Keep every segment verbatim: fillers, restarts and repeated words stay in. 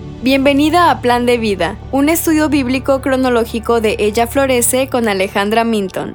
Bienvenida a Plan de Vida, un estudio bíblico cronológico de Ella Florece con Alejandra Minton.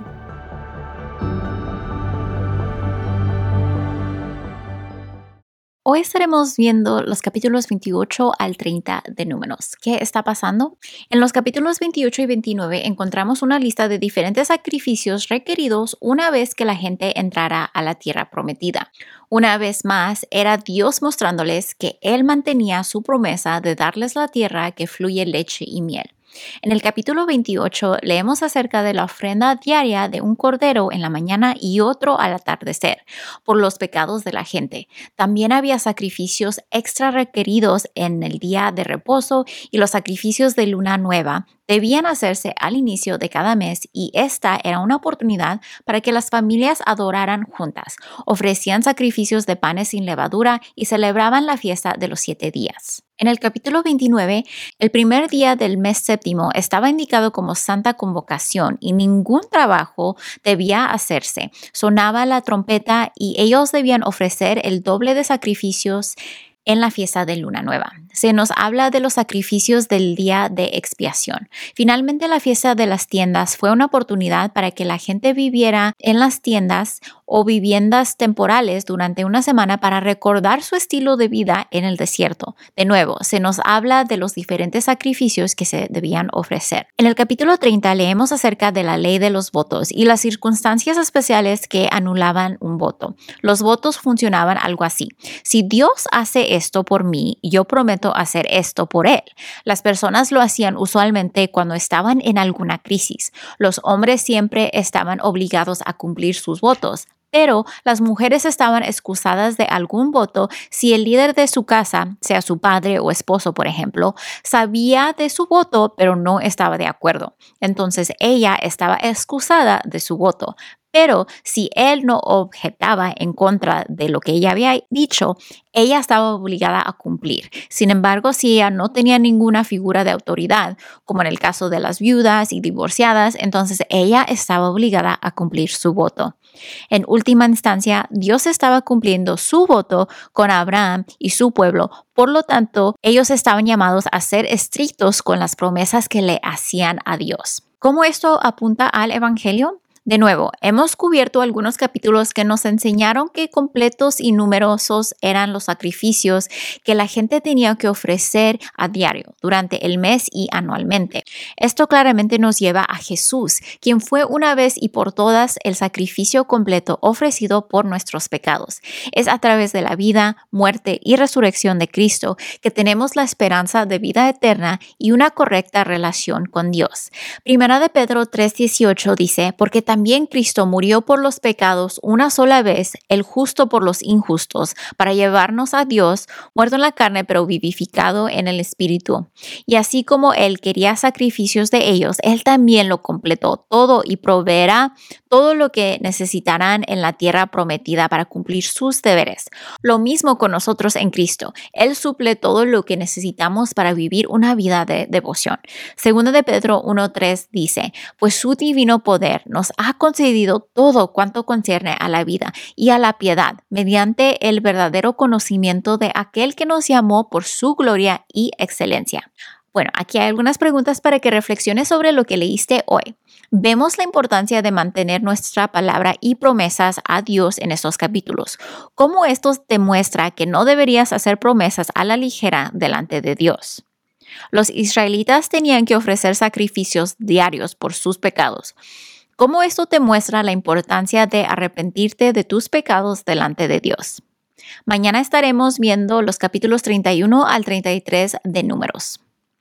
Hoy estaremos viendo los capítulos veintiocho al treinta de Números. ¿Qué está pasando? En los capítulos veintiocho y veintinueve encontramos una lista de diferentes sacrificios requeridos una vez que la gente entrara a la tierra prometida. Una vez más, era Dios mostrándoles que Él mantenía su promesa de darles la tierra que fluye leche y miel. En el capítulo veintiocho leemos acerca de la ofrenda diaria de un cordero en la mañana y otro al atardecer por los pecados de la gente. También había sacrificios extra requeridos en el día de reposo y los sacrificios de luna nueva debían hacerse al inicio de cada mes y esta era una oportunidad para que las familias adoraran juntas, ofrecían sacrificios de panes sin levadura y celebraban la fiesta de los siete días. En el capítulo veintinueve, el primer día del mes séptimo estaba indicado como Santa Convocación y ningún trabajo debía hacerse. Sonaba la trompeta y ellos debían ofrecer el doble de sacrificios en la fiesta de Luna Nueva. Se nos habla de los sacrificios del día de expiación. Finalmente, la fiesta de las tiendas fue una oportunidad para que la gente viviera en las tiendas o viviendas temporales durante una semana para recordar su estilo de vida en el desierto. De nuevo, se nos habla de los diferentes sacrificios que se debían ofrecer. En el capítulo treinta leemos acerca de la ley de los votos y las circunstancias especiales que anulaban un voto. Los votos funcionaban algo así. Si Dios hace esto por mí, yo prometo hacer esto por él. Las personas lo hacían usualmente cuando estaban en alguna crisis. Los hombres siempre estaban obligados a cumplir sus votos, pero las mujeres estaban excusadas de algún voto si el líder de su casa, sea su padre o esposo, por ejemplo, sabía de su voto, pero no estaba de acuerdo. Entonces ella estaba excusada de su voto. Pero si él no objetaba en contra de lo que ella había dicho, ella estaba obligada a cumplir. Sin embargo, si ella no tenía ninguna figura de autoridad, como en el caso de las viudas y divorciadas, entonces ella estaba obligada a cumplir su voto. En última instancia, Dios estaba cumpliendo su voto con Abraham y su pueblo. Por lo tanto, ellos estaban llamados a ser estrictos con las promesas que le hacían a Dios. ¿Cómo esto apunta al Evangelio? De nuevo, hemos cubierto algunos capítulos que nos enseñaron que completos y numerosos eran los sacrificios que la gente tenía que ofrecer a diario, durante el mes y anualmente. Esto claramente nos lleva a Jesús, quien fue una vez y por todas el sacrificio completo ofrecido por nuestros pecados. Es a través de la vida, muerte y resurrección de Cristo que tenemos la esperanza de vida eterna y una correcta relación con Dios. Primera de Pedro tres dieciocho dice, porque también También Cristo murió por los pecados una sola vez, el justo por los injustos, para llevarnos a Dios, muerto en la carne pero vivificado en el Espíritu. Y así como Él quería sacrificios de ellos, Él también lo completó todo y proveerá todo lo que necesitarán en la tierra prometida para cumplir sus deberes. Lo mismo con nosotros en Cristo. Él suple todo lo que necesitamos para vivir una vida de devoción. Segunda de Pedro uno tres dice, pues su divino poder nos ha concedido todo cuanto concierne a la vida y a la piedad, mediante el verdadero conocimiento de aquel que nos llamó por su gloria y excelencia. Bueno, aquí hay algunas preguntas para que reflexiones sobre lo que leíste hoy. Vemos la importancia de mantener nuestra palabra y promesas a Dios en estos capítulos. ¿Cómo esto demuestra que no deberías hacer promesas a la ligera delante de Dios? Los israelitas tenían que ofrecer sacrificios diarios por sus pecados. ¿Cómo esto te muestra la importancia de arrepentirte de tus pecados delante de Dios? Mañana estaremos viendo los capítulos treinta y uno al treinta y tres de Números.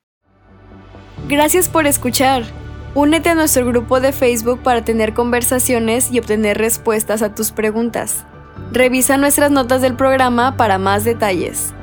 Gracias por escuchar. Únete a nuestro grupo de Facebook para tener conversaciones y obtener respuestas a tus preguntas. Revisa nuestras notas del programa para más detalles.